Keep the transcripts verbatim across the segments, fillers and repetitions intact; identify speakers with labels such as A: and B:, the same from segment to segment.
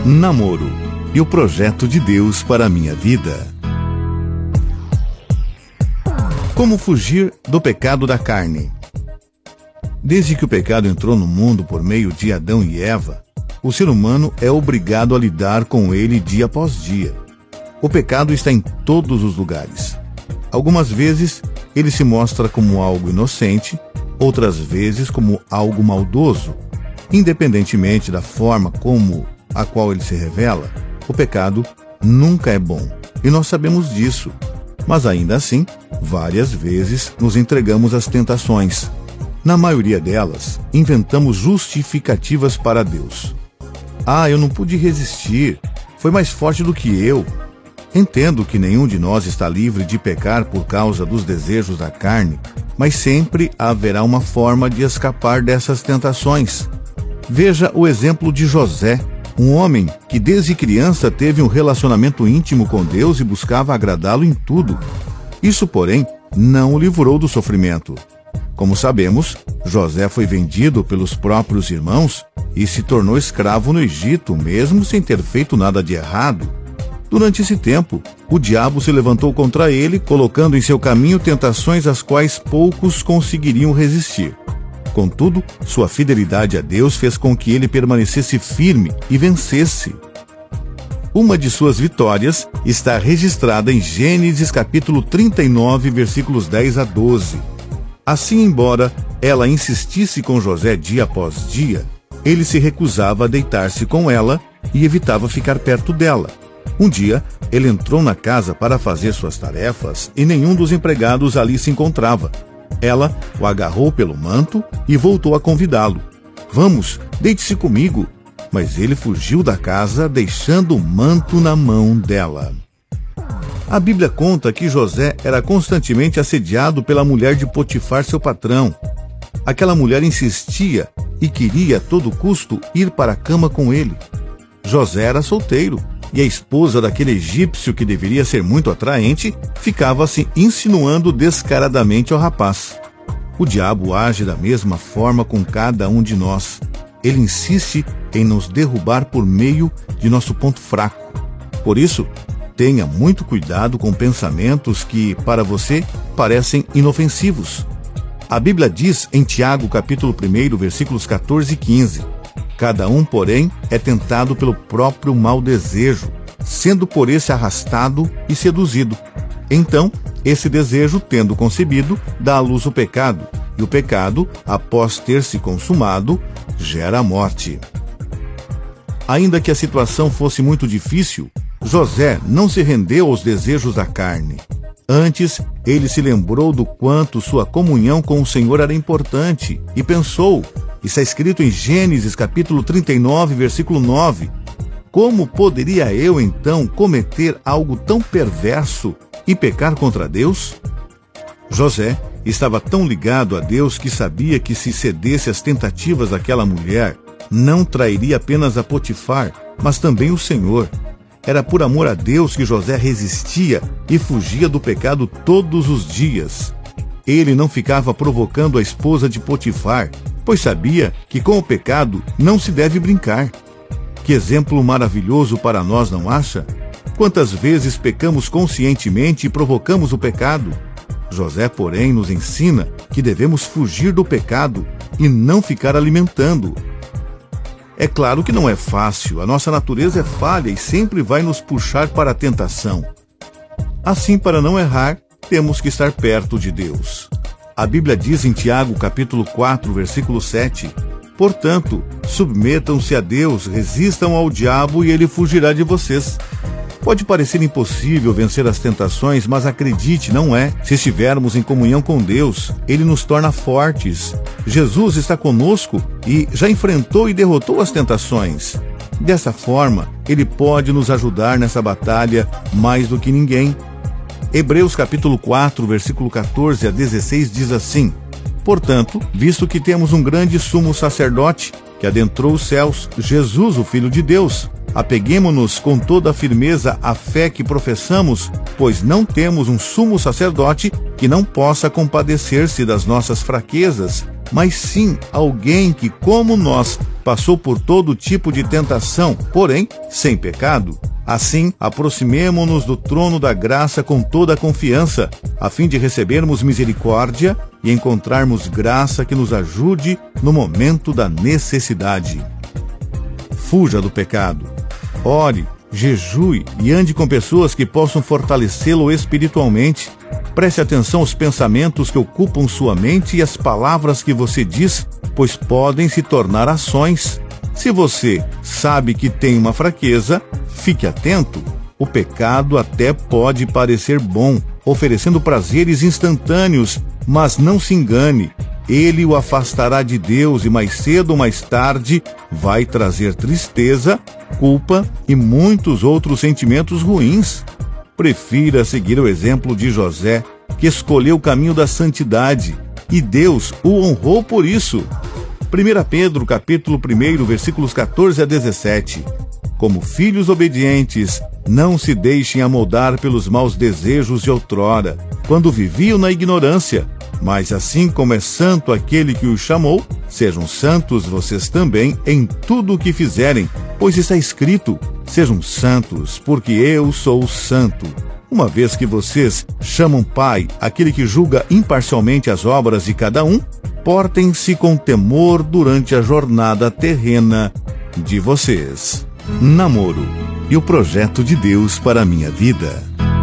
A: namoro e o projeto de Deus para a minha vida. Como fugir do pecado da carne? Desde que o pecado entrou no mundo por meio de Adão e Eva, o ser humano é obrigado a lidar com ele dia após dia. O pecado está em todos os lugares. Algumas vezes ele se mostra como algo inocente, outras vezes como algo maldoso. Independentemente da forma como a qual ele se revela, o pecado nunca é bom, e nós sabemos disso. Mas ainda assim, várias vezes nos entregamos às tentações. Na maioria delas, inventamos justificativas para Deus. Ah, eu não pude resistir, foi mais forte do que eu. Entendo que nenhum de nós está livre de pecar por causa dos desejos da carne, mas sempre haverá uma forma de escapar dessas tentações. Veja o exemplo de José, um homem que desde criança teve um relacionamento íntimo com Deus e buscava agradá-lo em tudo. Isso, porém, não o livrou do sofrimento. Como sabemos, José foi vendido pelos próprios irmãos e se tornou escravo no Egito, mesmo sem ter feito nada de errado. Durante esse tempo, o diabo se levantou contra ele, colocando em seu caminho tentações às quais poucos conseguiriam resistir. Contudo, sua fidelidade a Deus fez com que ele permanecesse firme e vencesse. Uma de suas vitórias está registrada em Gênesis capítulo trinta e nove, versículos dez a doze. Assim, embora ela insistisse com José dia após dia, ele se recusava a deitar-se com ela e evitava ficar perto dela. Um dia, ele entrou na casa para fazer suas tarefas e nenhum dos empregados ali se encontrava. Ela o agarrou pelo manto e voltou a convidá-lo. Vamos, deite-se comigo. Mas ele fugiu da casa, deixando o manto na mão dela. A Bíblia conta que José era constantemente assediado pela mulher de Potifar, seu patrão. Aquela mulher insistia e queria a todo custo ir para a cama com ele. José era solteiro e a esposa daquele egípcio, que deveria ser muito atraente, ficava se insinuando descaradamente ao rapaz. O diabo age da mesma forma com cada um de nós. Ele insiste em nos derrubar por meio de nosso ponto fraco. Por isso, tenha muito cuidado com pensamentos que, para você, parecem inofensivos. A Bíblia diz em Tiago, capítulo um, versículos quatorze e quinze, cada um, porém, é tentado pelo próprio mau desejo, sendo por esse arrastado e seduzido. Então, esse desejo, tendo concebido, dá à luz o pecado, e o pecado, após ter se consumado, gera a morte. Ainda que a situação fosse muito difícil, José não se rendeu aos desejos da carne. Antes, ele se lembrou do quanto sua comunhão com o Senhor era importante e pensou, está escrito em Gênesis capítulo trinta e nove, versículo nove, como poderia eu então cometer algo tão perverso e pecar contra Deus? José estava tão ligado a Deus que sabia que se cedesse às tentativas daquela mulher, não trairia apenas a Potifar, mas também o Senhor. Era por amor a Deus que José resistia e fugia do pecado todos os dias. Ele não ficava provocando a esposa de Potifar, pois sabia que com o pecado não se deve brincar. Que exemplo maravilhoso para nós, não acha? Quantas vezes pecamos conscientemente e provocamos o pecado? José, porém, nos ensina que devemos fugir do pecado e não ficar alimentando. É claro que não é fácil, a nossa natureza é falha e sempre vai nos puxar para a tentação. Assim, para não errar, temos que estar perto de Deus. A Bíblia diz em Tiago, capítulo quatro, versículo sete, portanto, submetam-se a Deus, resistam ao diabo e ele fugirá de vocês. Pode parecer impossível vencer as tentações, mas acredite, não é. Se estivermos em comunhão com Deus, Ele nos torna fortes. Jesus está conosco e já enfrentou e derrotou as tentações. Dessa forma, Ele pode nos ajudar nessa batalha mais do que ninguém. Hebreus capítulo quatro, versículo quatorze a dezesseis diz assim, portanto, visto que temos um grande sumo sacerdote que adentrou os céus, Jesus, o Filho de Deus, apeguemo-nos com toda a firmeza à fé que professamos, pois não temos um sumo sacerdote que não possa compadecer-se das nossas fraquezas, mas sim alguém que, como nós, passou por todo tipo de tentação, porém sem pecado. Assim, aproximemo-nos do trono da graça com toda a confiança, a fim de recebermos misericórdia e encontrarmos graça que nos ajude no momento da necessidade. Fuja do pecado. Ore, jejue e ande com pessoas que possam fortalecê-lo espiritualmente. Preste atenção aos pensamentos que ocupam sua mente e às palavras que você diz, pois podem se tornar ações. Se você sabe que tem uma fraqueza, fique atento. O pecado até pode parecer bom, oferecendo prazeres instantâneos, mas não se engane. Ele o afastará de Deus e mais cedo ou mais tarde vai trazer tristeza, culpa e muitos outros sentimentos ruins. Prefira seguir o exemplo de José, que escolheu o caminho da santidade, e Deus o honrou por isso. primeira Pedro, capítulo um, versículos quatorze a dezessete. Como filhos obedientes, não se deixem amoldar pelos maus desejos de outrora, quando viviam na ignorância. Mas assim como é santo aquele que os chamou, sejam santos vocês também em tudo o que fizerem, pois está escrito: sejam santos, porque eu sou santo. Uma vez que vocês chamam Pai aquele que julga imparcialmente as obras de cada um, portem-se com temor durante a jornada terrena de vocês. Namoro e o projeto de Deus para a minha vida.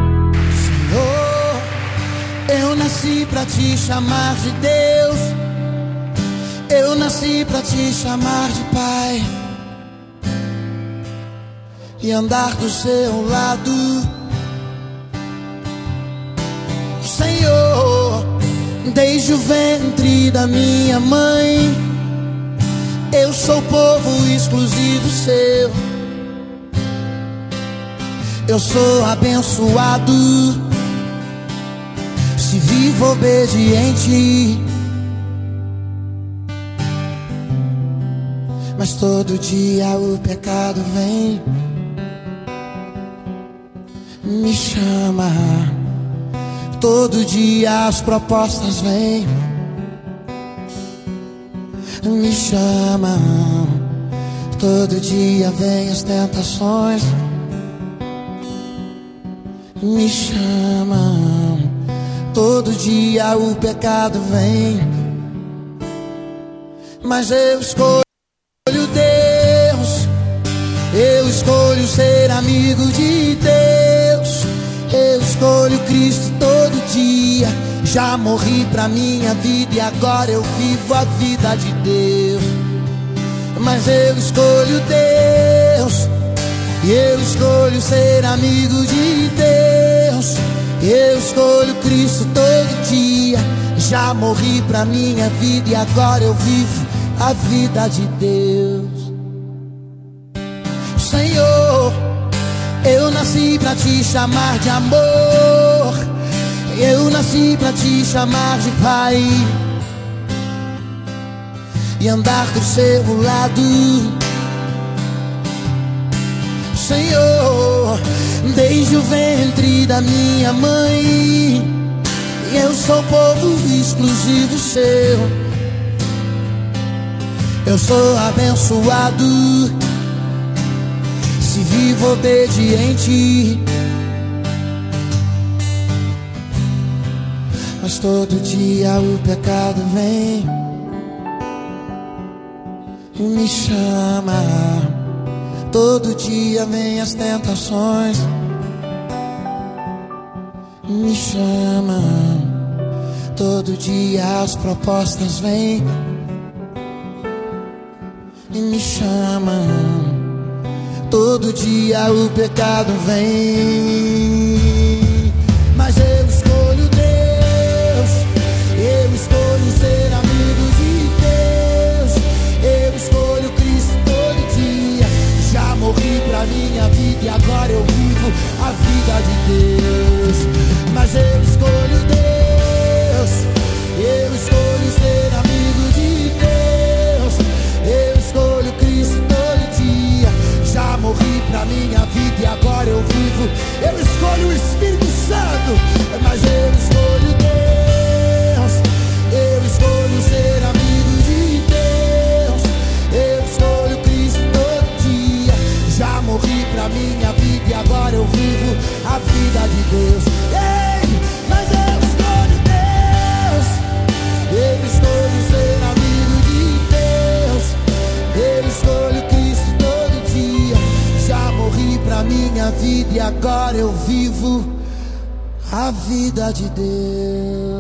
B: Senhor, eu nasci pra te chamar de Deus. Eu nasci pra te chamar de Pai e andar do seu lado. Senhor, desde o ventre da minha mãe, eu sou povo exclusivo seu. Eu sou abençoado se vivo obediente. Mas todo dia o pecado vem, me chama. Todo dia as propostas vêm, me chamam. Todo dia vem as tentações, me chamam. Todo dia o pecado vem, mas eu escolho Deus. Eu escolho ser amigo de Deus. Eu escolho Cristo todo dia. Já morri pra minha vida e agora eu vivo a vida de Deus. Mas eu escolho Deus. Eu escolho ser amigo de Deus. Eu escolho Cristo todo dia. Já morri pra minha vida e agora eu vivo a vida de Deus. Senhor, eu nasci pra te chamar de amor. Eu nasci pra te chamar de Pai e andar do seu lado. Senhor, desde o ventre da minha mãe, eu sou povo exclusivo seu. Eu sou abençoado se vivo obediente. Mas todo dia o pecado vem e me chama. Todo dia vem as tentações, me chama. Todo dia as propostas vêm e me chamam. Todo dia o pecado vem, mas eu escolho Deus. Eu escolho ser amigo de Deus. Eu escolho Cristo todo dia. Já morri pra minha vida e agora eu vivo a vida de Deus. Mas eu escolho Deus. Eu escolho ser amigo de Deus. Eu escolho Cristo todo dia. Já morri pra minha vida e agora eu vivo. Eu escolho o Espírito Santo. Mas eu escolho Deus. Eu escolho ser amigo morri pra minha vida e agora eu vivo a vida de Deus. Ei, mas eu escolho Deus, eu escolho ser amigo de Deus, eu escolho Cristo todo dia. Já morri pra minha vida e agora eu vivo a vida de Deus.